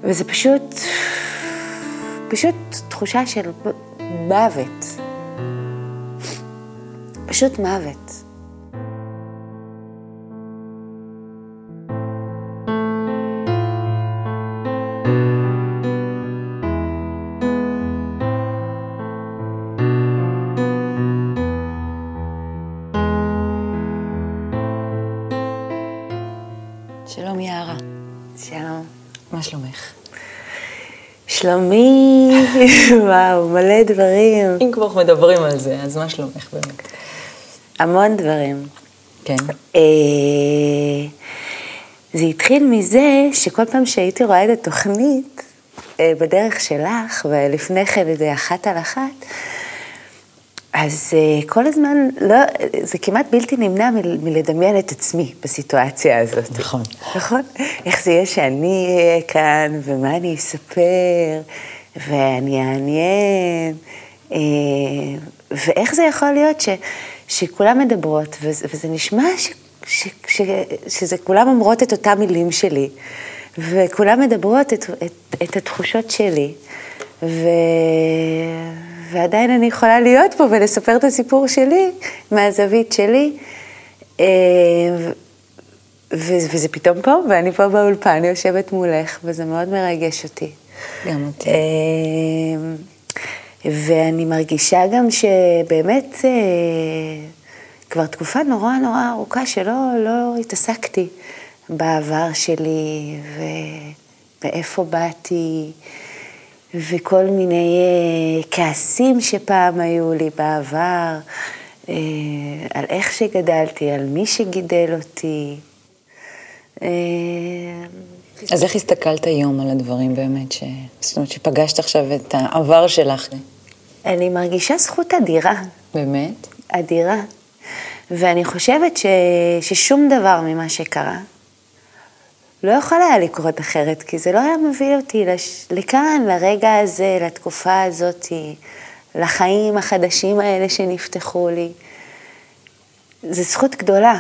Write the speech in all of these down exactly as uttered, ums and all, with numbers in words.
וזה פשוט, פשוט תחושה של מוות. פשוט מוות. שלום יערה. שלום. מה שלומך? שלומי, וואו, מלא דברים. אם כבר מדברים על זה, אז מה שלומך באמת? המון דברים. כן. זה התחיל מזה שכל פעם שהייתי רואה את התוכנית בדרך שלך, ולפני כן זה אחת על אחת, אז כל הזמן, לא, זה כמעט בלתי נמנע מלדמיין את עצמי בסיטואציה הזאת. נכון. נכון? איך זה יהיה שאני אהיה כאן, ומה אני אספר, ואני אעניין, ואיך זה יכול להיות ש, שכולם מדברות, וזה, וזה נשמע ש, ש, ש, שזה כולם אומרות את אותם מילים שלי, וכולם מדברות את, את, את התחושות שלי, ו... ועדיין אני יכולה להיות פה ולספר את הסיפור שלי, מהזווית שלי, וזה פתאום פה, ואני פה באולפן, אני יושבת מולך, וזה מאוד מרגש אותי. גם אותי. ואני מרגישה גם שבאמת כבר תקופה נורא נורא ארוכה שלא לא התעסקתי בעבר שלי, ומאיפה באתי, וכל מיני כעסים שפעם היו לי בעבר, על איך שגדלתי, על מי שגידל אותי. אז איך הסתכלת היום על הדברים באמת, ש... זאת אומרת שפגשת עכשיו את העבר שלך? אני מרגישה זכות אדירה. באמת? אדירה. ואני חושבת ש... ששום דבר ממה שקרה, לא יכול היה לקרות אחרת, כי זה לא היה מביא אותי לש... לכאן, לרגע הזה, לתקופה הזאת, לחיים החדשים האלה שנפתחו לי. זו זכות גדולה.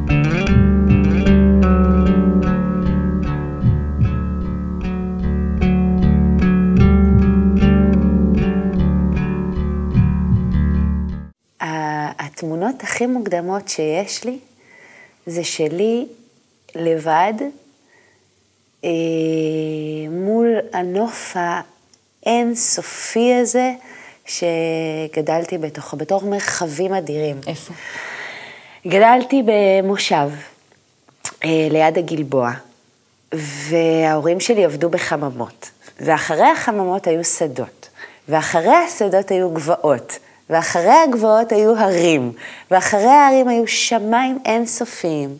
התמונות הכי מוקדמות שיש לי, זה שלי לבד, אה, מול הנוף האינסופי הזה, שגדלתי בתוכו, בתוך מרחבים אדירים. איפה? גדלתי במושב, אה, ליד הגלבוע, וההורים שלי עבדו בחממות, ואחרי החממות היו שדות, ואחרי השדות היו גבעות, ואחרי הגבעות היו הרים, ואחרי ההרים היו שמיים אינסופיים.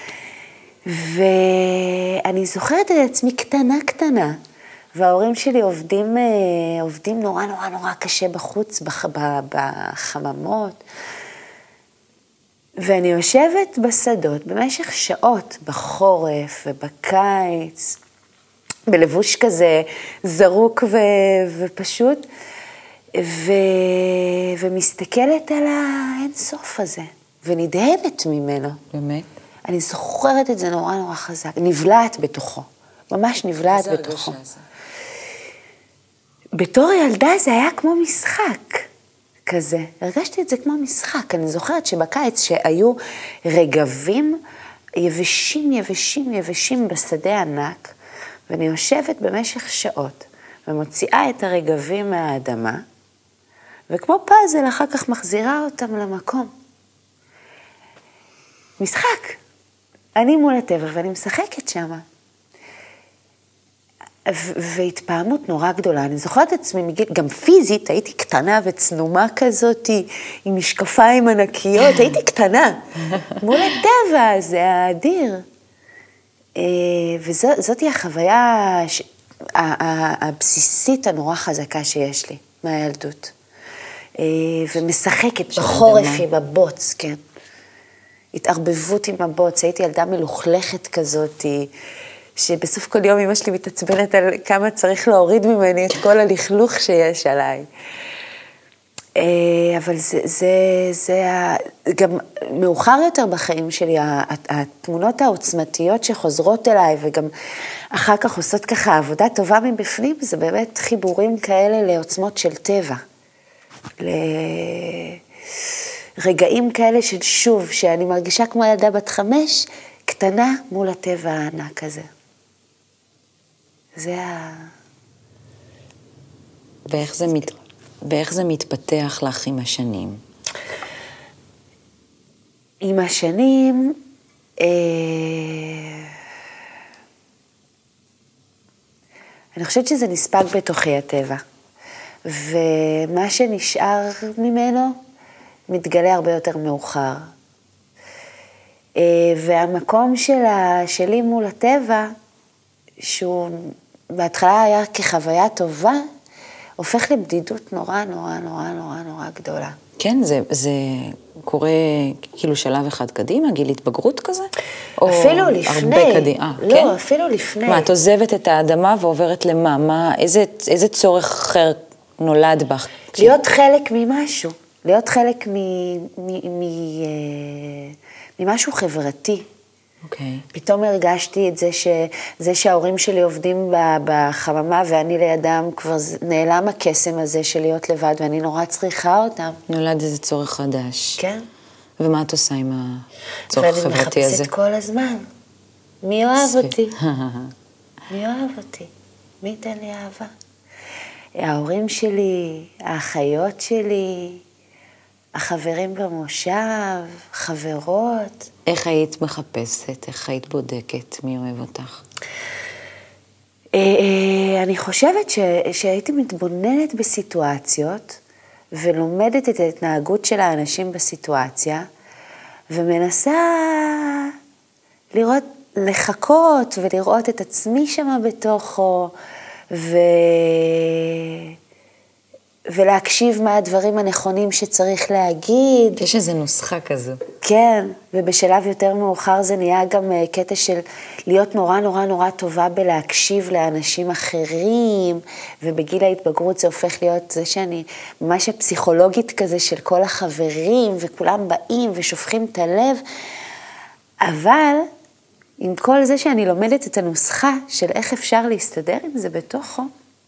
ואני זוכרת את עצמי קטנה קטנה, וההורים שלי עובדים, עובדים נורא נורא נורא קשה בחוץ, בח, בחממות. ואני יושבת בשדות במשך שעות, בחורף ובקיץ, בלבוש כזה זרוק ו, ופשוט, ו... ומסתכלת על האינסוף הזה, ונדהמת ממנו. באמת? אני זוכרת את זה נורא נורא חזק, נבלעת בתוכו, ממש נבלעת בתוכו. בתור ילדה זה היה כמו משחק כזה, הרגשתי את זה כמו משחק. אני זוכרת שבקיץ שהיו רגבים יבשים, יבשים, יבשים בשדה ענק, ואני יושבת במשך שעות, ומוציאה את הרגבים מהאדמה, וכמו פאזל אחר כך מחזירה אותם למקום. משחק. אני מול הטבע ואני משחקת שם. והתפעמות נורא גדולה. אני זוכרת את עצמי מגיל, גם פיזית, הייתי קטנה וצנומה כזאת, עם משקפיים ענקיות, הייתי קטנה. מול הטבע, זה האדיר. וזאת היא החוויה הבסיסית הנורא חזקה שיש לי מהילדות. ומשחקת בחורף עם הבוץ, כן. התערבבות עם הבוץ, הייתי ילדה מלוכלכת כזאת, שבסוף כל יום אמא שלי מתעצבנת על כמה צריך להוריד ממני את כל הלכלוך שיש עליי. אבל זה, זה, זה גם מאוחר יותר בחיים שלי, התמונות העוצמתיות שחוזרות אליי, וגם אחר כך עושות ככה עבודה טובה מבפנים, זה באמת חיבורים כאלה לעוצמות של טבע. לרגעים כאלה של שוב, שאני מרגישה כמו ילדה בת חמש, קטנה מול הטבע הענק הזה. זה ה... ואיך זה, מת... ואיך זה מתפתח לך עם השנים? עם השנים, אה... אני חושבת שזה נספג בתוכי הטבע, ומה שנשאר ממנו מתגלה הרבה יותר מאוחר. אה... והמקום שלה, שלי מול הטבע, שהוא בהתחלה היה כחוויה טובה, הופך לבדידות נורא, נורא, נורא, נורא, נורא גדולה. כן, זה, זה קורה כאילו שלב אחד קדימה, גיל התבגרות כזה? אפילו או לפני. הרבה קדימה, לא, כן? אפילו לפני. מה, את עוזבת את האדמה ועוברת למה? מה, איזה, איזה צורך אחר נולד בך? להיות חלק ממשהו, להיות חלק מ, מ, מ, ממשהו חברתי. אוקיי. פתאום הרגשתי את זה, ש... זה שההורים שלי עובדים בחממה ואני לידם, כבר נעלם הקסם הזה של להיות לבד, ואני נורא צריכה אותם. נולד איזה צורך חדש. כן. ומה את עושה עם הצורך החברתי הזה? ואני מחפשת כל הזמן. מי אוהב אותי? מי אוהב אותי? מי ייתן לי אהבה? ההורים שלי, האחיות שלי, החברים במושב, חברות. איך היית מחפשת? איך היית בודקת? מי אוהב אותך? אני חושבת שהייתי מתבוננת בסיטואציות, ולומדת את ההתנהגות של האנשים בסיטואציה, ומנסה לראות, לחכות ולראות את עצמי שמה בתוכו, ו... ולהקשיב מה הדברים הנכונים שצריך להגיד. יש איזו נוסחה כזו. כן, ובשלב יותר מאוחר זה נהיה גם קטע של להיות נורא נורא נורא טובה בלהקשיב לאנשים אחרים, ובגיל ההתבגרות זה הופך להיות זה שאני ממש הפסיכולוגית כזה של כל החברים, וכולם באים ושופכים את הלב, אבל עם כל זה שאני לומדת את הנוסחה של איך אפשר להסתדר עם זה בתוכו,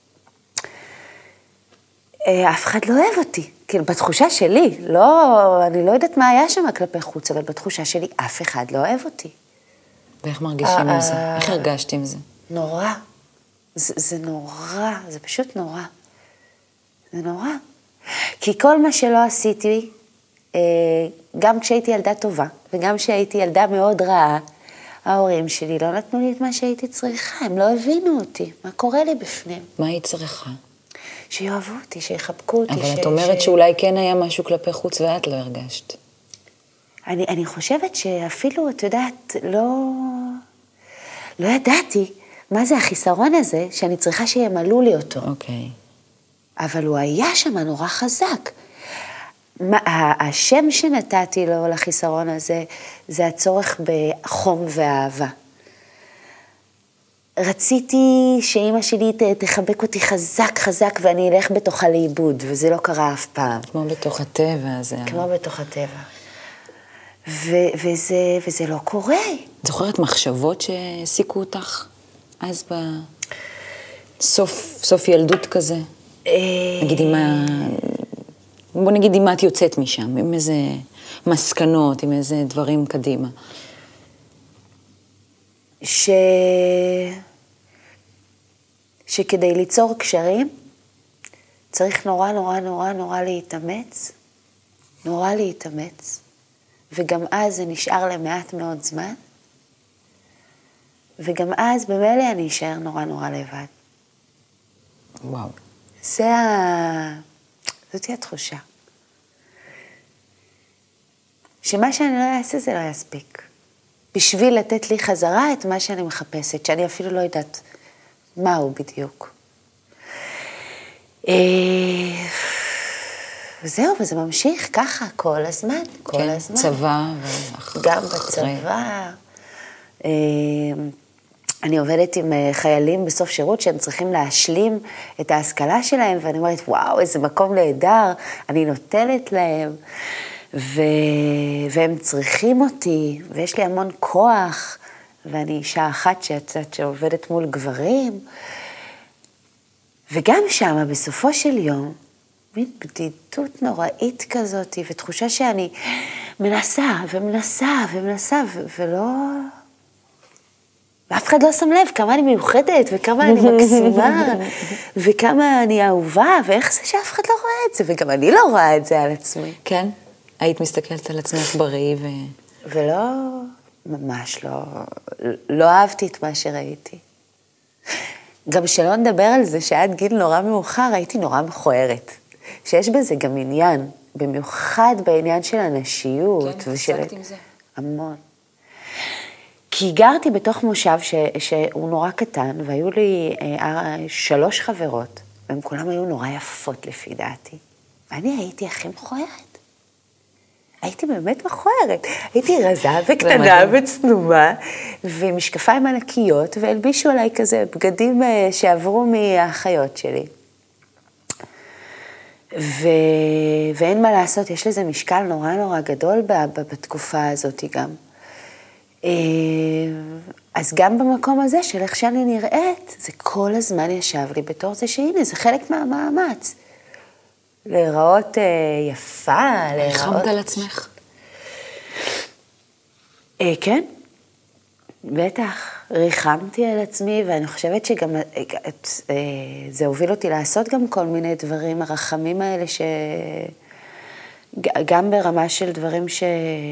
אף אחד לא אוהב אותי, כאילו בתחושה שלי, לא, אני לא יודעת מה היה שם כלפי חוץ, אבל בתחושה שלי אף אחד לא אוהב אותי. ואיך מרגישים עם זה? איך הרגשת עם זה? נורא, זה, זה נורא, זה פשוט נורא, זה נורא. כי כל מה שלא עשיתי, גם כשהייתי ילדה טובה, וגם כשהייתי ילדה מאוד רעה, ההורים שלי לא נתנו לי את מה שהייתי צריכה, הם לא הבינו אותי, מה קורה לי בפנים. מה היית צריכה? שיאהבו אותי, שיחבקו אותי. אבל את אומרת שאולי כן היה משהו כלפי חוץ ואת לא הרגשת. אני, אני חושבת שאפילו, את יודעת, לא, לא ידעתי מה זה החיסרון הזה שאני צריכה שימלאו לי אותו. אוקיי. אבל הוא היה שם נורא חזק. מה, השם שנתתי לו לחיסרון הזה, זה הצורך בחום ואהבה. רציתי שאמא שלי תחבק אותי חזק חזק ואני אלך בתוכה לאיבוד, וזה לא קרה אף פעם. כמו בתוך הטבע הזה. כמו בתוך הטבע. ו- וזה, וזה לא קורה. זוכרת מחשבות שהעסיקו אותך אז בסוף סוף ילדות כזה? נגיד עם ה... בוא נגיד אם את יוצאת משם, עם איזה מסקנות, עם איזה דברים קדימה. ש... שכדי ליצור קשרים, צריך נורא נורא נורא נורא להתאמץ, נורא להתאמץ, וגם אז זה נשאר למעט מאוד זמן, וגם אז במילא אני אשאר נורא נורא לבד. וואו. זה ה... זאת היא התחושה. שמה שאני לא אעשה זה לא יספיק. בשביל לתת לי חזרה את מה שאני מחפשת, שאני אפילו לא יודעת מהו בדיוק. וזהו, וזה ממשיך ככה כל הזמן, כל כן, הזמן. צבא. גם בצבא. אני עובדת עם חיילים בסוף שירות שהם צריכים להשלים את ההשכלה שלהם, ואני אומרת, וואו, איזה מקום נהדר, אני נותנת להם, ו... והם צריכים אותי, ויש לי המון כוח, ואני אישה אחת שיצאת שעובדת מול גברים, וגם שם, בסופו של יום, מין בדידות נוראית כזאת, ותחושה שאני מנסה ומנסה ומנסה, ו- ולא... ואף אחד לא שם לב כמה אני מיוחדת, וכמה אני מקסימה, וכמה אני אהובה, ואיך זה שאף אחד לא רואה את זה, וגם אני לא רואה את זה על עצמי. כן? היית מסתכלת על עצמך בריא ו... ולא, ממש לא, לא אהבתי את מה שראיתי. גם שלא נדבר על זה שעד גיל נורא מאוחר הייתי נורא מכוערת. שיש בזה גם עניין, במיוחד בעניין של הנשיות. כן, ושל... עסקת עם זה. המון. כי גרתי בתוך מושב ש... שהוא נורא קטן, והיו לי אה, שלוש חברות, והן כולם היו נורא יפות לפי דעתי. ואני הייתי הכי מכוערת. הייתי באמת מכוערת. הייתי רזה וקטנה וצנומה, ומשקפיים ענקיות, והלבישו עליי כזה בגדים שעברו מהאחיות שלי. ו... ואין מה לעשות, יש לזה משקל נורא נורא גדול בתקופה הזאת גם. אז גם במקום הזה של איך שאני נראית, זה כל הזמן ישב לי בתור זה שהנה, זה חלק מהמאמץ. להיראות יפה, להיראות... חמת על עצמך? כן, בטח. ריחמתי על עצמי, ואני חושבת שגם זה הוביל אותי לעשות גם כל מיני דברים, הרחמים האלה, ש... גם ברמה של דברים ש...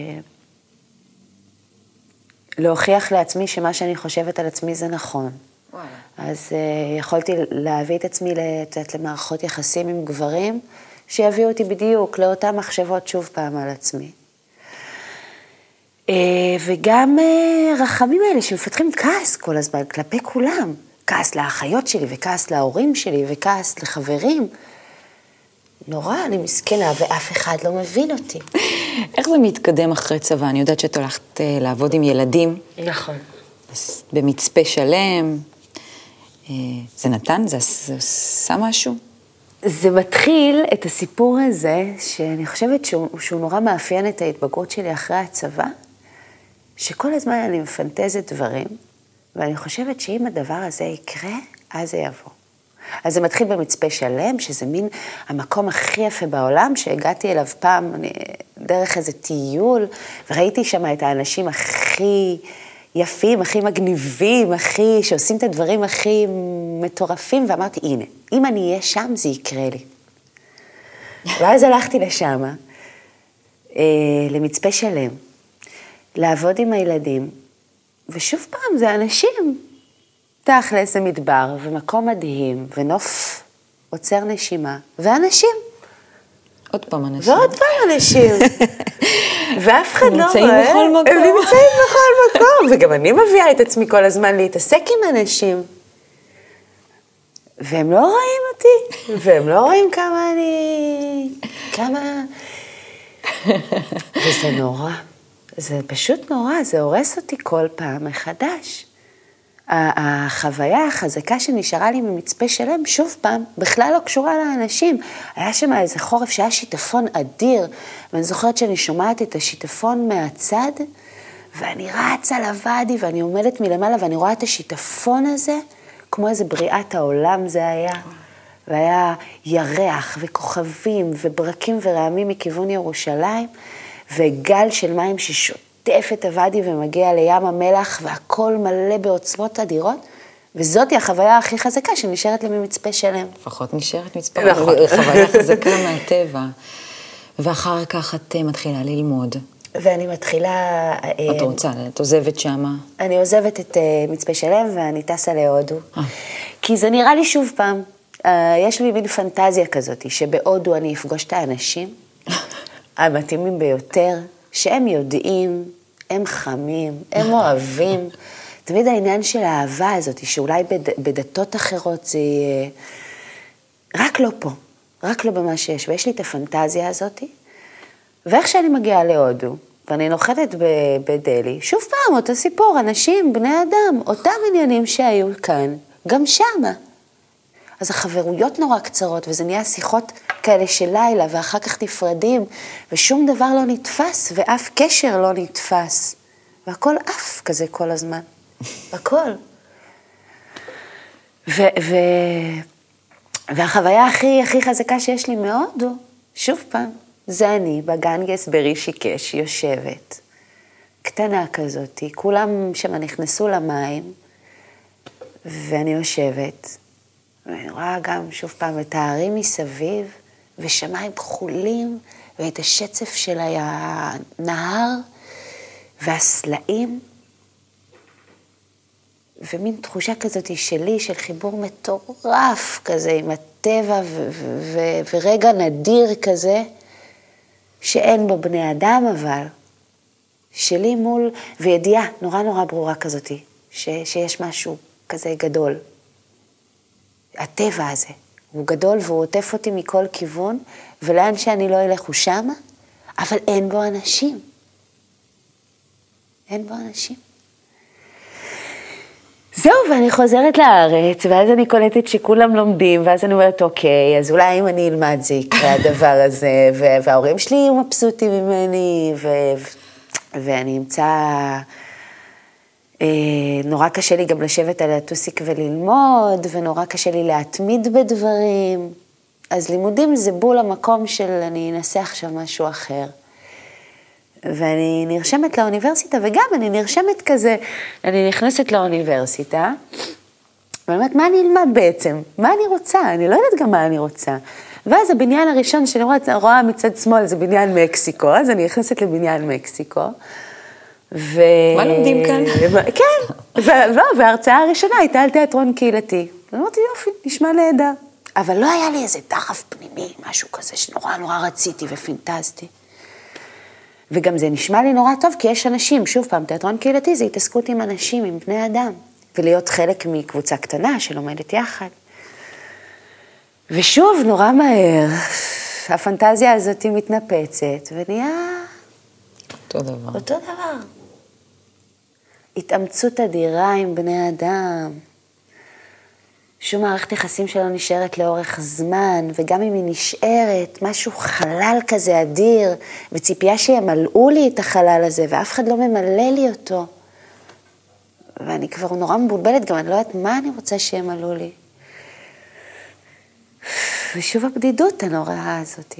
להוכיח לעצמי שמה שאני חושבת על עצמי זה נכון. וואלה. אז uh, יכולתי להביא את עצמי לתת למערכות יחסים עם גברים, שיביאו אותי בדיוק לאותן מחשבות שוב פעם על עצמי. Uh, וגם uh, רחמים האלה שמפתחים כעס כל הזמן, כלפי כולם. כעס לאחיות שלי, וכעס להורים שלי, וכעס לחברים. נורא, אני מסכנה, ואף אחד לא מבין אותי. איך זה מתקדם אחרי צבא? אני יודעת שאת הולכת לעבוד עם ילדים. נכון. במצפה שלם. זה נתן? זה עשה משהו? זה מתחיל את הסיפור הזה, שאני חושבת שהוא, שהוא נורא מאפיין את ההתבגרות שלי אחרי הצבא, שכל הזמן אני מפנטזת דברים, ואני חושבת שאם הדבר הזה יקרה, אז זה יבוא. אז זה מתחיל במצפה שלם, שזה מין המקום הכי יפה בעולם, שהגעתי אליו פעם אני, דרך איזה טיול, וראיתי שם את האנשים הכי יפים, הכי מגניבים, הכי, שעושים את הדברים הכי מטורפים, ואמרתי, הנה, אם אני אהיה שם, זה יקרה לי. ואז הלכתי לשם, אה, למצפה שלם, לעבוד עם הילדים, ושוב פעם, זה אנשים, תכלס זה מדבר, ומקום מדהים, ונוף עוצר נשימה, ואנשים. עוד פעם אנשים. ועוד פעם אנשים. ואף אחד לא רואה. נמצאים בכל מקום. הם נמצאים בכל מקום. וגם אני מביאה את עצמי כל הזמן להתעסק עם אנשים. והם לא רואים אותי. והם לא רואים כמה אני... כמה... וזה נורא. זה פשוט נורא. זה הורס אותי כל פעם מחדש. החוויה החזקה שנשארה לי ממצפה שלם, שוב פעם, בכלל לא קשורה לאנשים. היה שם איזה חורף שהיה שיטפון אדיר, ואני זוכרת שאני שומעת את השיטפון מהצד, ואני רצה לוואדי, ואני עומדת מלמעלה, ואני רואה את השיטפון הזה, כמו איזה בריאת העולם זה היה. והיה ירח וכוכבים וברקים ורעמים מכיוון ירושלים, וגל של מים ששוט. טף את הוואדי ומגיע לים המלח, והכל מלא בעוצמות אדירות, וזאת היא החוויה הכי חזקה שנשארת לי ממצפה שלם. לפחות נשארת מצפה, נכון. חוויה חזקה מהטבע. ואחר כך את מתחילה ללמוד. ואני מתחילה... את רוצה, את עוזבת שמה? אני עוזבת את מצפה שלם, ואני טסה להודו. כי זה נראה לי שוב פעם, יש לי מין פנטזיה כזאת, שבהודו אני אפגוש את האנשים, המתאימים ביותר, שהם יודעים, הם חמים, הם אוהבים. תמיד העניין של האהבה הזאת, שאולי בדתות אחרות זה יהיה... רק לא פה, רק לא במה שיש. ויש לי את הפנטזיה הזאת, ואיך שאני מגיעה להודו, ואני נוחתת בדלי, שוב פעם, אותו סיפור, אנשים, בני אדם, אותם עניינים שהיו כאן, גם שמה. אז החברויות נורא קצרות, וזה נהיה שיחות כאלה של לילה, ואחר כך נפרדים, ושום דבר לא נתפס, ואף קשר לא נתפס. והכל אף כזה כל הזמן. הכל. ו... ו... והחוויה הכי, הכי חזקה שיש לי מאוד, שוב פעם, זה אני בגנגס ברישיקש יושבת, קטנה כזאת, כולם שם נכנסו למים, ואני יושבת, ואני רואה גם שוב פעם את הערים מסביב, ושמיים כחולים, ואת השצף של הנהר, והסלעים, ומין תחושה כזאת שלי, של חיבור מטורף כזה, עם הטבע, ו- ו- ורגע נדיר כזה, שאין בו בני אדם אבל, שלי מול, וידיעה נורא נורא ברורה כזאת, ש- שיש משהו כזה גדול. הטבע הזה, הוא גדול והוא עוטף אותי מכל כיוון, ולאן שאני לא אלך הוא שמה, אבל אין בו אנשים. אין בו אנשים. זהו, ואני חוזרת לארץ, ואז אני קולטת שכולם לומדים, ואז אני אומרת, אוקיי, אז אולי אם אני אלמד זה יקרה הדבר הזה, וההורים שלי יהיו מבסוטים ממני, ואני אמצא, נורא קשה לי גם לשבת על הטוסיק וללמוד, ונורא קשה לי להתמיד בדברים, אז לימודים זה בול המקום של אני אנסה עכשיו משהו אחר. ואני נרשמת לאוניברסיטה, וגם אני נרשמת כזה, אני נכנסת לאוניברסיטה, ואני אומרת, מה אני אלמד בעצם? מה אני רוצה? אני לא יודעת גם מה אני רוצה. ואז הבניין הראשון שאני רואה, רואה מצד שמאל, זה בניין מקסיקו, אז אני נכנסת לבניין מקסיקו. ו... מה לומדים כאן? כן, וההרצאה הראשונה הייתה על תיאטרון קהילתי. ואמרתי, יופי, נשמע נהדר. אבל לא היה לי איזה דחף פנימי, משהו כזה שנורא נורא רציתי ופינטזתי. וגם זה נשמע לי נורא טוב, כי יש אנשים, שוב פעם, תיאטרון קהילתי זה התעסקות עם אנשים, עם בני אדם, ולהיות חלק מקבוצה קטנה שלומדת יחד. ושוב, נורא מהר, הפנטזיה הזאת מתנפצת, ונהיה... אותו דבר. אותו דבר. התאמצות אדירה עם בני אדם, שום מערכת יחסים שלא נשארת לאורך זמן, וגם אם היא נשארת, משהו חלל כזה אדיר, וציפייה שימלאו לי את החלל הזה, ואף אחד לא ממלא לי אותו. ואני כבר נורא מבולבלת, גם אני לא יודעת מה אני רוצה שימלאו לי. ושוב הבדידות הנוראה הזאת.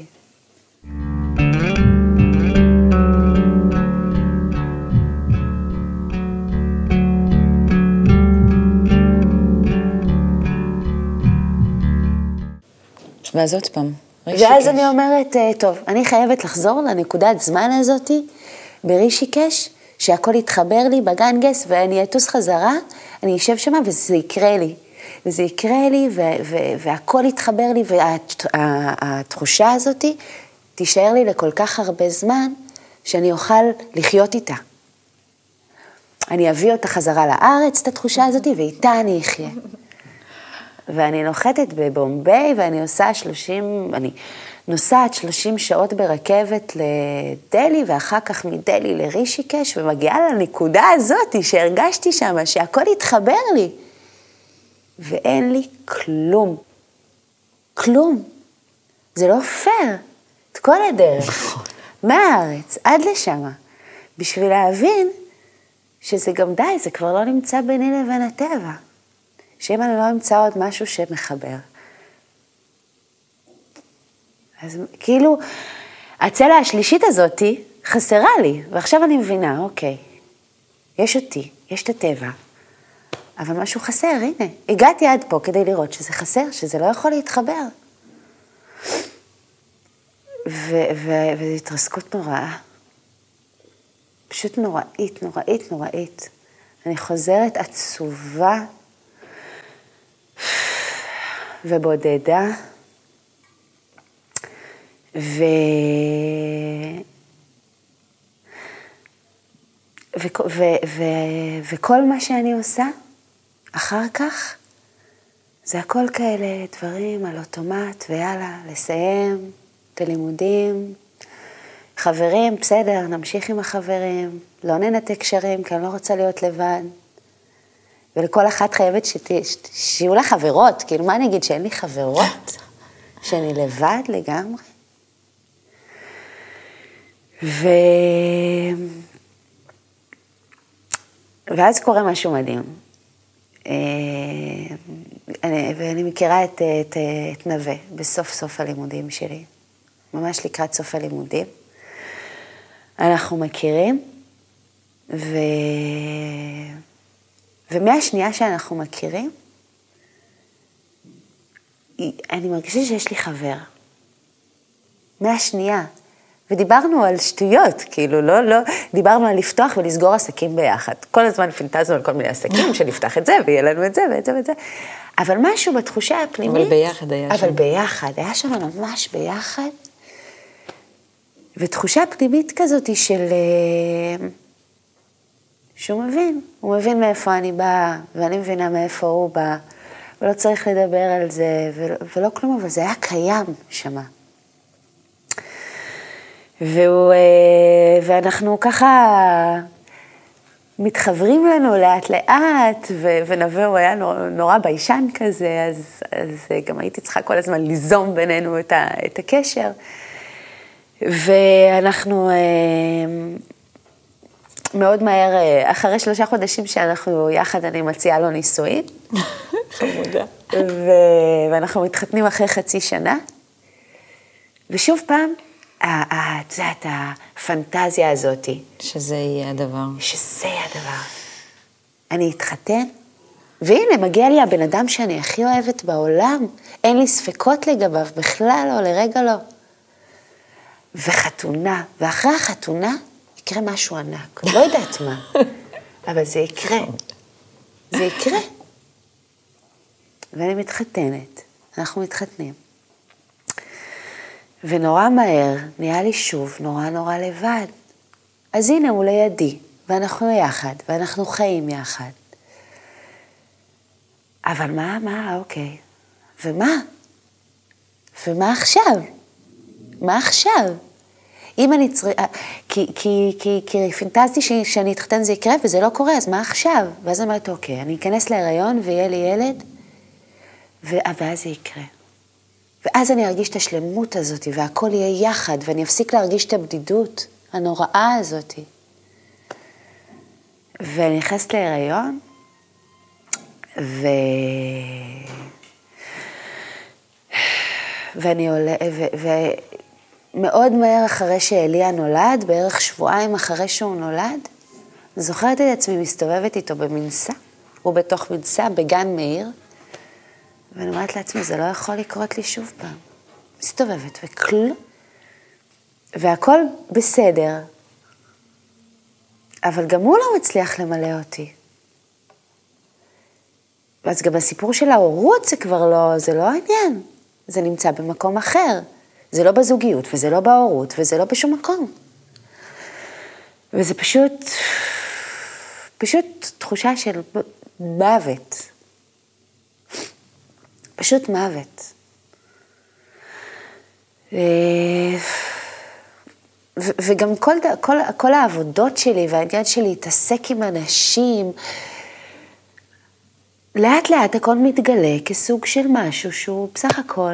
ואז עוד פעם. ואז אני אומרת, טוב, אני חייבת לחזור לנקודת זמן הזאת, ברישיקש, שהכל יתחבר לי בגנגס, ואני אטוס חזרה, אני אשב שמה, וזה יקרה לי. וזה יקרה לי, ו- ו- והכל יתחבר לי, והתחושה הזאת תישאר לי לכל כך הרבה זמן, שאני אוכל לחיות איתה. אני אביא אותה חזרה לארץ, את התחושה הזאת, ואיתה אני אחיה. ואני נוחתת בבומביי, ואני עושה שלושים, אני נוסעת שלושים שעות ברכבת לדלי, ואחר כך מדלי לרישיקש, ומגיעה לנקודה הזאת שהרגשתי שם, שהכל התחבר לי. ואין לי כלום. כלום. זה לא פייר. את כל הדרך. מהארץ, עד לשם. בשביל להבין שזה גם די, זה כבר לא נמצא ביני לבין הטבע. שאם אני לא אמצא עוד משהו שמחבר. אז כאילו, הצלע השלישית הזאת חסרה לי, ועכשיו אני מבינה, אוקיי, יש אותי, יש את הטבע, אבל משהו חסר, הנה, הגעתי עד פה כדי לראות שזה חסר, שזה לא יכול להתחבר. וזו התרסקות נוראה, פשוט נוראית, נוראית, נוראית. אני חוזרת עצובה, ובודדה, ו... ו... ו... ו... וכל מה שאני עושה אחר כך, זה הכל כאלה דברים על אוטומט, ויאללה, לסיים את הלימודים, חברים, בסדר, נמשיך עם החברים, לא ננתק קשרים, כי אני לא רוצה להיות לבד. ולכל אחת חייבת שיהיו לה חברות, כאילו מה אני אגיד, שאין לי חברות? שאני לבד לגמרי? ו... ואז קורה משהו מדהים. אני, ואני מכירה את, את, את נווה בסוף סוף הלימודים שלי, ממש לקראת סוף הלימודים. אנחנו מכירים, ו... ומהשנייה שאנחנו מכירים, אני מרגישה שיש לי חבר. מהשנייה. ודיברנו על שטויות, כאילו, לא, לא, דיברנו על לפתוח ולסגור עסקים ביחד. כל הזמן פינטזנו על כל מיני עסקים, שנפתח את זה, ויהיה לנו את זה, ואת זה, ואת זה. אבל משהו בתחושה הפנימית... אבל ביחד היה שם. אבל ביחד, היה שם ממש ביחד. ותחושה פנימית כזאת של... שהוא מבין, הוא מבין מאיפה אני באה, ואני מבינה מאיפה הוא בא, ולא צריך לדבר על זה, ולא כלום, אבל זה היה קיים שמה. והוא, ואנחנו ככה מתחברים לנו לאט לאט, ונווה הוא היה נורא, נורא ביישן כזה, אז, אז גם הייתי צריכה כל הזמן ליזום בינינו את, ה, את הקשר. ואנחנו מאוד מהר, אחרי שלושה חודשים שאנחנו יחד, אני מציעה לו נישואין. חמודה. ואנחנו מתחתנים אחרי חצי שנה. ושוב פעם, את יודעת, הפנטזיה הזאת. שזה יהיה הדבר. שזה יהיה הדבר. אני אתחתן, והנה, מגיע לי הבן אדם שאני הכי אוהבת בעולם. אין לי ספקות לגביו, בכלל לא, לרגע לא. וחתונה, ואחרי החתונה, יקרה משהו ענק. לא יודעת מה, אבל זה יקרה. זה יקרה. ואני מתחתנת, אנחנו מתחתנים. ונורא מהר, נהיה לי שוב נורא נורא לבד. אז הנה הוא לידי, ואנחנו יחד, ואנחנו חיים יחד. אבל מה, מה, אוקיי. ומה? ומה עכשיו? מה עכשיו? אם אני צריכה, כי, כי, כי, כי פינטזתי ש, שאני אתחתן זה יקרה, וזה לא קורה, אז מה עכשיו? ואז אמרת, אוקיי, אני אכנס להיריון ויהיה לי ילד, ואז זה יקרה. ואז אני ארגיש את השלמות הזאת, והכל יהיה יחד, ואני אפסיק להרגיש את הבדידות הנוראה הזאת. ואני נכנסת להיריון, ו... ואני עולה, ו... ומאוד מהר אחרי שאליה נולד, בערך שבועיים אחרי שהוא נולד, זוכרת את עצמי מסתובבת איתו במנסה, הוא בתוך מנסה בגן מאיר, ואני אומרת לעצמי, זה לא יכול לקרות לי שוב פעם. מסתובבת וכלום. והכל בסדר. אבל גם הוא לא מצליח למלא אותי. אז גם הסיפור של ההורות זה כבר לא, זה לא העניין. זה נמצא במקום אחר. זה לא בזוגיות, וזה לא בהורות, וזה לא בשום מקום. וזה פשוט, פשוט תחושה של מוות. פשוט מוות. וגם כל, כל, כל העבודות שלי והעניין שלי להתעסק עם אנשים, לאט לאט הכל מתגלה כסוג של משהו שהוא בסך הכל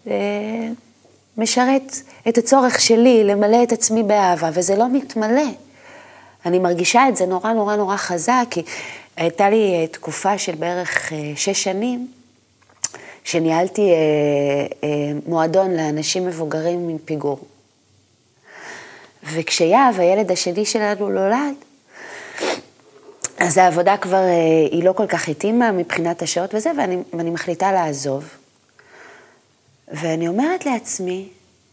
משרת את הצורך שלי למלא את עצמי באהבה, וזה לא מתמלא. אני מרגישה את זה נורא נורא נורא חזק, כי הייתה לי תקופה של בערך שש שנים, שניהלתי אה, אה, מועדון לאנשים מבוגרים עם פיגור. וכשיאב, הילד השני שלנו נולד, אז העבודה כבר אה, היא לא כל כך התאימה מבחינת השעות וזה, ואני, ואני מחליטה לעזוב. ואני אומרת לעצמי,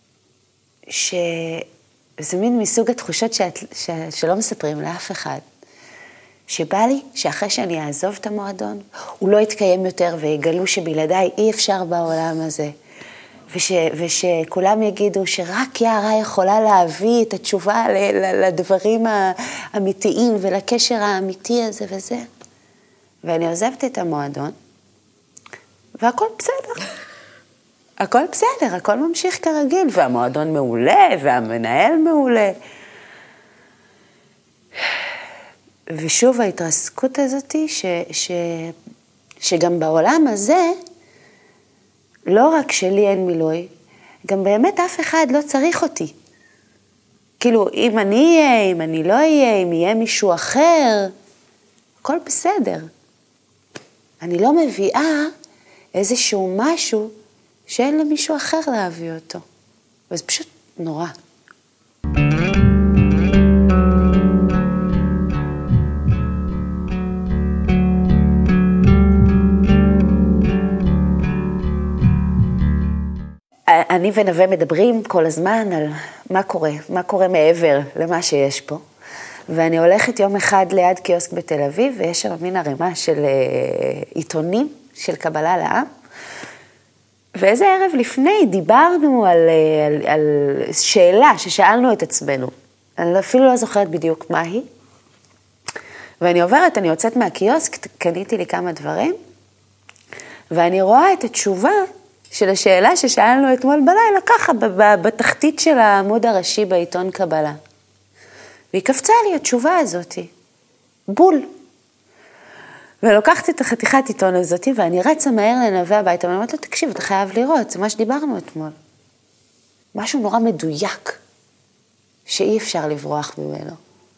שזה מין מסוג התחושות שאת, ש, שלא מספרים לאף אחד. שבא לי שאחרי שאני אעזוב את המועדון, הוא לא יתקיים יותר ויגלו שבלעדיי אי אפשר בעולם הזה. וש, ושכולם יגידו שרק יערה יכולה להביא את התשובה לדברים האמיתיים ולקשר האמיתי הזה וזה. ואני עוזבת את המועדון, והכל בסדר. הכל בסדר, הכל ממשיך כרגיל, והמועדון מעולה, והמנהל מעולה. ושוב ההתרסקות הזאת, ש, ש, שגם בעולם הזה, לא רק שלי אין מילוי, גם באמת אף אחד לא צריך אותי. כאילו, אם אני אהיה, אם אני לא אהיה, אם יהיה מישהו אחר, הכל בסדר. אני לא מביאה איזשהו משהו שאין למישהו אחר להביא אותו. וזה פשוט נורא. אני ונווה מדברים כל הזמן על מה קורה, מה קורה מעבר למה שיש פה. ואני הולכת יום אחד ליד קיוסק בתל אביב, ויש שם מין ערימה של עיתונים של קבלה לעם. ואיזה ערב לפני דיברנו על, על, על שאלה ששאלנו את עצמנו. אני אפילו לא זוכרת בדיוק מה היא. ואני עוברת, אני יוצאת מהקיוסק, קניתי לי כמה דברים, ואני רואה את התשובה של השאלה ששאלנו אתמול בלילה, ככה, בתחתית של העמוד הראשי בעיתון קבלה. והיא קפצה לי התשובה הזאת, בול. ולוקחתי את החתיכת עיתון הזאת, ואני רצה מהר לנווה הביתה, ואני אומרת לו, תקשיב, אתה חייב לראות, זה מה שדיברנו אתמול. משהו נורא מדויק, שאי אפשר לברוח ממנו.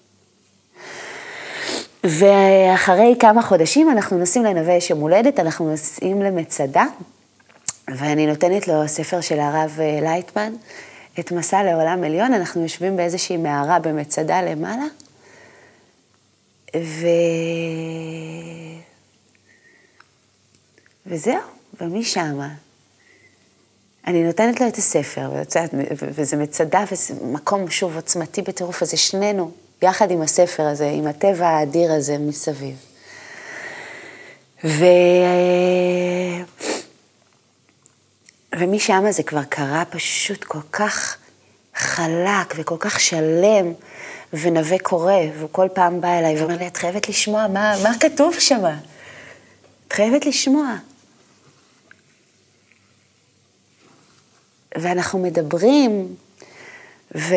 ואחרי כמה חודשים אנחנו נוסעים לנווה יש יום הולדת, אנחנו נוסעים למצדה, ואני נותנת לו ספר של הרב לייטמן, את מסע לעולם עליון, אנחנו יושבים באיזושהי מערה במצדה למעלה, ו... וזהו, ומשם, אני נותנת לו את הספר, וזה מצדה, וזה מקום שוב עוצמתי בטירוף, אז שנינו, יחד עם הספר הזה, עם הטבע האדיר הזה מסביב. ו... ומשם זה כבר קרה פשוט כל כך חלק וכל כך שלם, ונווה קורא, והוא כל פעם בא אליי ואומר לי, את חייבת לשמוע מה, מה כתוב שם? את חייבת לשמוע. ואנחנו מדברים, ו...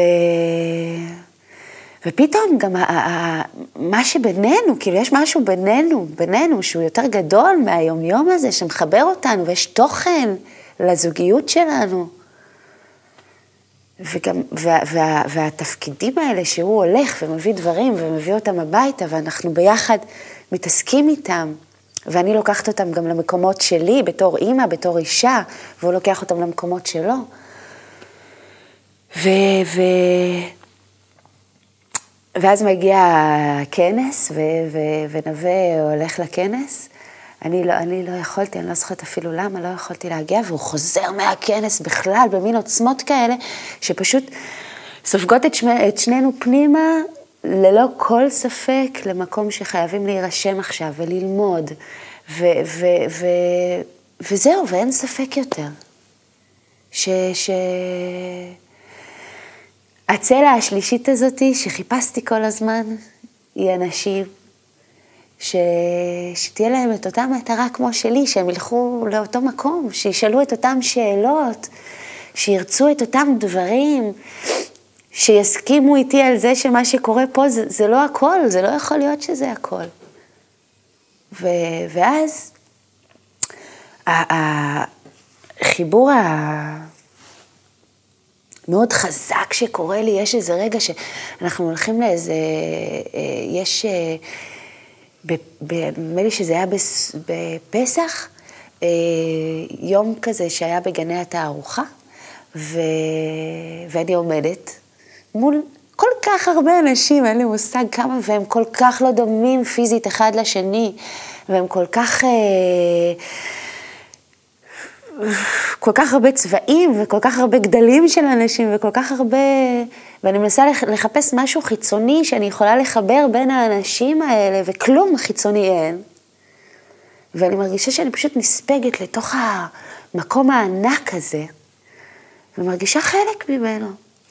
ופתאום גם ה- ה- מה שבינינו, כאילו יש משהו בינינו, בינינו, שהוא יותר גדול מהיומיום הזה, שמחבר אותנו, ויש תוכן לזוגיות שלנו. וגם, וה, וה, והתפקידים האלה שהוא הולך ומביא דברים ומביא אותם הביתה, ואנחנו ביחד מתעסקים איתם, ואני לוקחת אותם גם למקומות שלי, בתור אימא, בתור אישה, והוא לוקח אותם למקומות שלו. ו... ו... ואז מגיע הכנס, ו... ו... ונווה הולך לכנס. אני לא, אני לא יכולתי, אני לא זוכרת אפילו למה, לא יכולתי להגיע, והוא חוזר מהכנס בכלל, במין עוצמות כאלה, שפשוט סופגות את, שמי, את שנינו פנימה, ללא כל ספק, למקום שחייבים להירשם עכשיו, וללמוד, ו... ו... ו... וזהו, ואין ספק יותר. ש... ש... הצלע השלישית הזאת שחיפשתי כל הזמן, היא אנשים ש... שתהיה להם את אותה מטרה כמו שלי, שהם ילכו לאותו מקום, שישאלו את אותם שאלות, שירצו את אותם דברים, שיסכימו איתי על זה שמה שקורה פה זה, זה לא הכל, זה לא יכול להיות שזה הכל. ו... ואז החיבור ה... מאוד חזק שקורה לי, יש איזה רגע שאנחנו הולכים לאיזה, יש, נדמה לי שזה היה בפסח, יום כזה שהיה בגני התערוכה, ו... ואני עומדת מול כל כך הרבה אנשים, אין לי מושג כמה, והם כל כך לא דומים פיזית אחד לשני, והם כל כך... כל כך הרבה צבעים וכל כך הרבה גדלים של אנשים וכל כך הרבה, ואני מנסה לחפש משהו חיצוני שאני יכולה לחבר בין האנשים האלה, וכלום חיצוני אין. ואני מרגישה שאני פשוט נספגת לתוך המקום הענק הזה, ומרגישה חלק ממנו.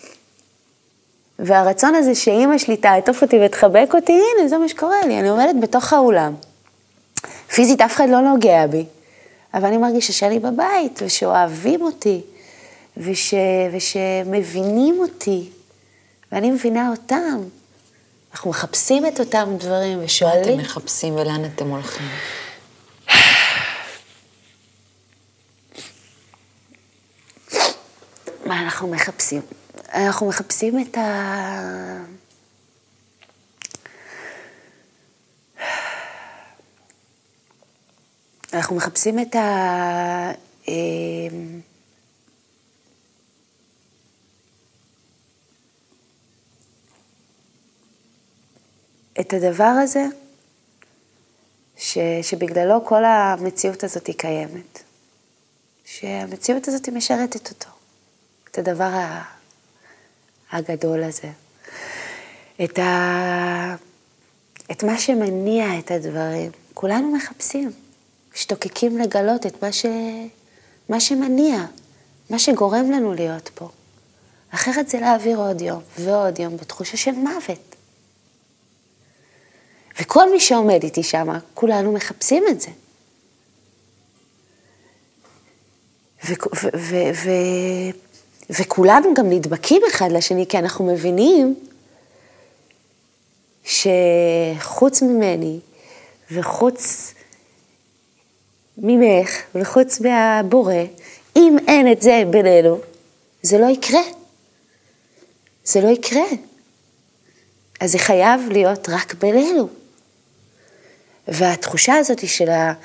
והרצון הזה שאמא שלי תעטוף אותי ותחבק אותי, הנה, זה מה שקורה לי, אני עומדת בתוך האולם. פיזית אף אחד לא נוגע בי. אבל אני מרגישה שאני בבית, ושאוהבים אותי, וש, ושמבינים אותי, ואני מבינה אותם. אנחנו מחפשים את אותם דברים ושואלים. מה אתם מחפשים ולאן אתם הולכים? מה אנחנו מחפשים? אנחנו מחפשים את ה... אנחנו מחפשים את ה... את הדבר הזה, ש... שבגללו כל המציאות הזאת היא קיימת. שהמציאות הזאת היא משרתת אותו. את הדבר הגדול הזה. את, ה... את מה שמניע את הדברים. כולנו מחפשים. משתוקקים לגלות את מה, ש... מה שמניע. מה שגורם לנו להיות פה. אחרת זה להעביר עוד יום ועוד יום בתחושה של מוות. וכל מי שעומד איתי שם, כולנו מחפשים את זה. ו... ו... ו... ו... וכולנו גם נדבקים אחד לשני, כי אנחנו מבינים שחוץ ממני וחוץ ממך וחוץ מהבורא, אם אין את זה בינינו, זה לא יקרה. זה לא יקרה. אז זה חייב להיות רק בינינו. והתחושה הזאת של ה...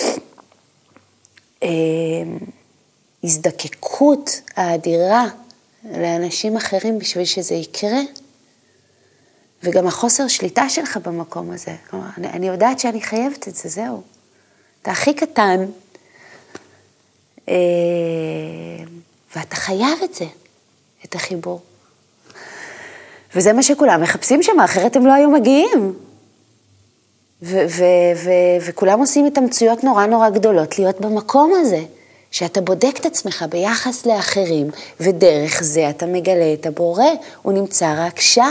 הזדקקות האדירה לאנשים אחרים בשביל שזה יקרה, וגם החוסר שליטה שלך במקום הזה. כלומר, אני, אני יודעת שאני חייבת את זה, זהו. אתה הכי קטן, אה, ואתה חייב את זה, את החיבור. וזה מה שכולם מחפשים שם, אחרת הם לא היו מגיעים. ו- ו- ו- וכולם עושים התאמצויות נורא נורא גדולות להיות במקום הזה. שאתה בודק את עצמך ביחס לאחרים, ודרך זה אתה מגלה את הבורא, הוא נמצא רק שם.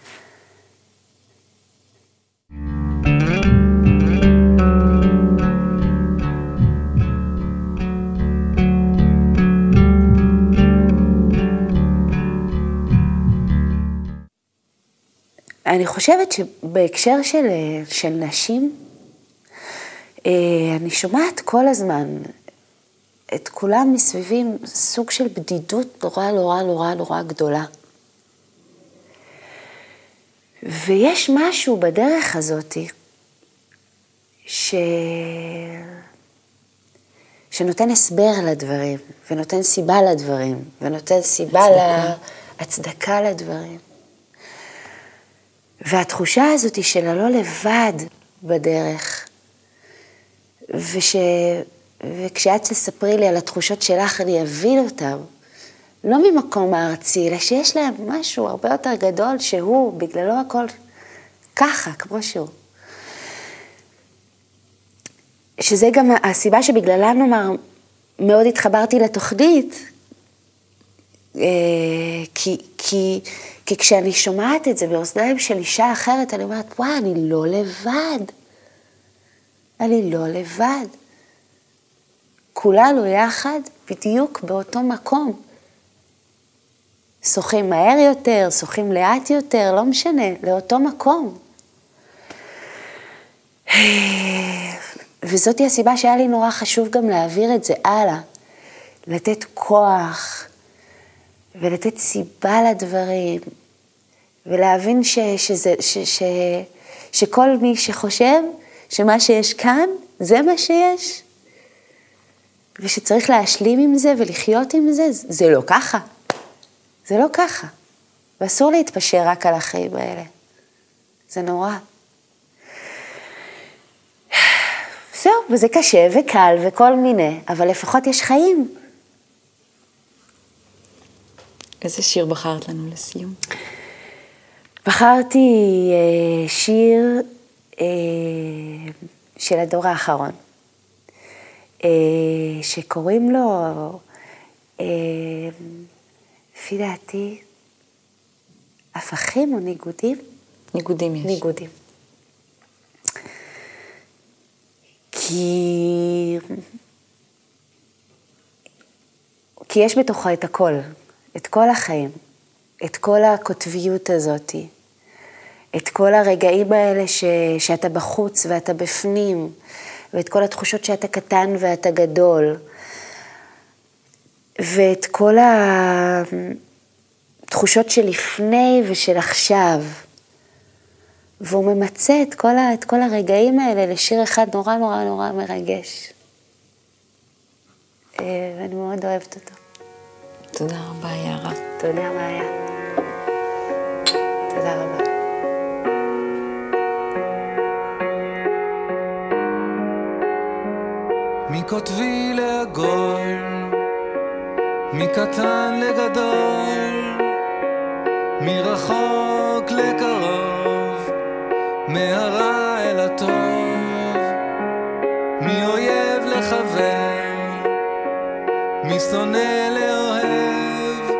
אני חושבת שבהקשר של, של נשים, אני שומעת כל הזמן, את כולם מסביבים סוג של בדידות נורא נורא נורא נורא גדולה. ויש משהו בדרך הזאת ש... שנותן הסבר לדברים, ונותן סיבה לדברים, ונותן סיבה להצדקה לדברים. והתחושה הזאת של הלא לבד בדרך, וש... וכשאת תספרי לי על התחושות שלך, אני אבין אותם, לא ממקום הארצי, אלא שיש להם משהו הרבה יותר גדול, שהוא בגללו הכל ככה, כמו שהוא. שזה גם הסיבה שבגללה, נאמר, מאוד התחברתי לתוכנית, כי, כי, כי כשאני שומעת את זה באוזניים של אישה אחרת, אני אומרת, וואי, אני לא לבד. אני לא לבד. כולנו יחד בדיוק באותו מקום. שוחים מהר יותר, שוחים לאט יותר, לא משנה, לאותו מקום. וזאת היא הסיבה שהיה לי נורא חשוב גם להעביר את זה הלאה. לתת כוח ולתת סיבה לדברים. ולהבין ש, שזה, ש, ש, שכל מי שחושב שמה שיש כאן זה מה שיש. ושצריך להשלים עם זה ולחיות עם זה, זה לא ככה. זה לא ככה. ואסור להתפשר רק על החיים האלה. זה נורא. זהו, וזה קשה וקל וכל מיני, אבל לפחות יש חיים. איזה שיר בחרת לנו לסיום? בחרתי אה, שיר אה, של הדור האחרון. שקוראים לו, לפי דעתי, הפכים או ניגודים? ניגודים יש. ניגודים. כי כי יש בתוכה את הכל, את כל החיים, את כל הקוטביות הזאת, את כל הרגעים האלה ש, שאתה בחוץ ואתה בפנים, ואת כל התחושות שאתה קטן ואתה גדול, ואת כל התחושות שלפני ושל עכשיו. והוא ממצא את כל, ה, את כל הרגעים האלה לשיר אחד נורא נורא נורא מרגש. ואני מאוד אוהבת אותו. תודה רבה, יערה. תודה, מאיה. תודה רבה. מכותבי לעגול, מקטן לגדול, מרחוק לקרוב, מהרע אל הטוב, מאויב לחבר, משונא לאוהב,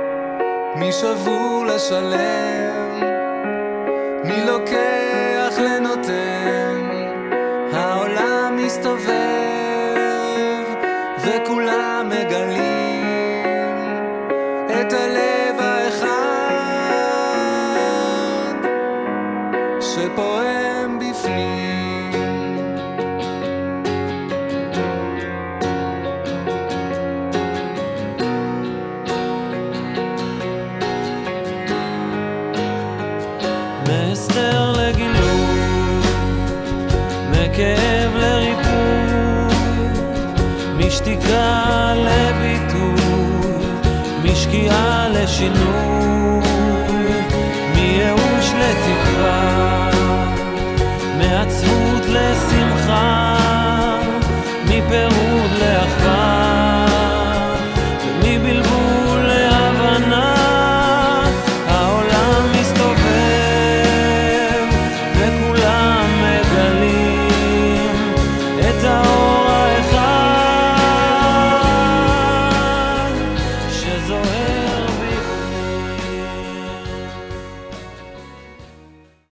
משבור לשלם, מלוקח לנותן, העולם מסתובב וכולם מגלים את הלב האחד שפועם בפנים. מהסתר לגילוי, מכאב לריפוי, משתיקה לביטוי, משקיעה לשינוי,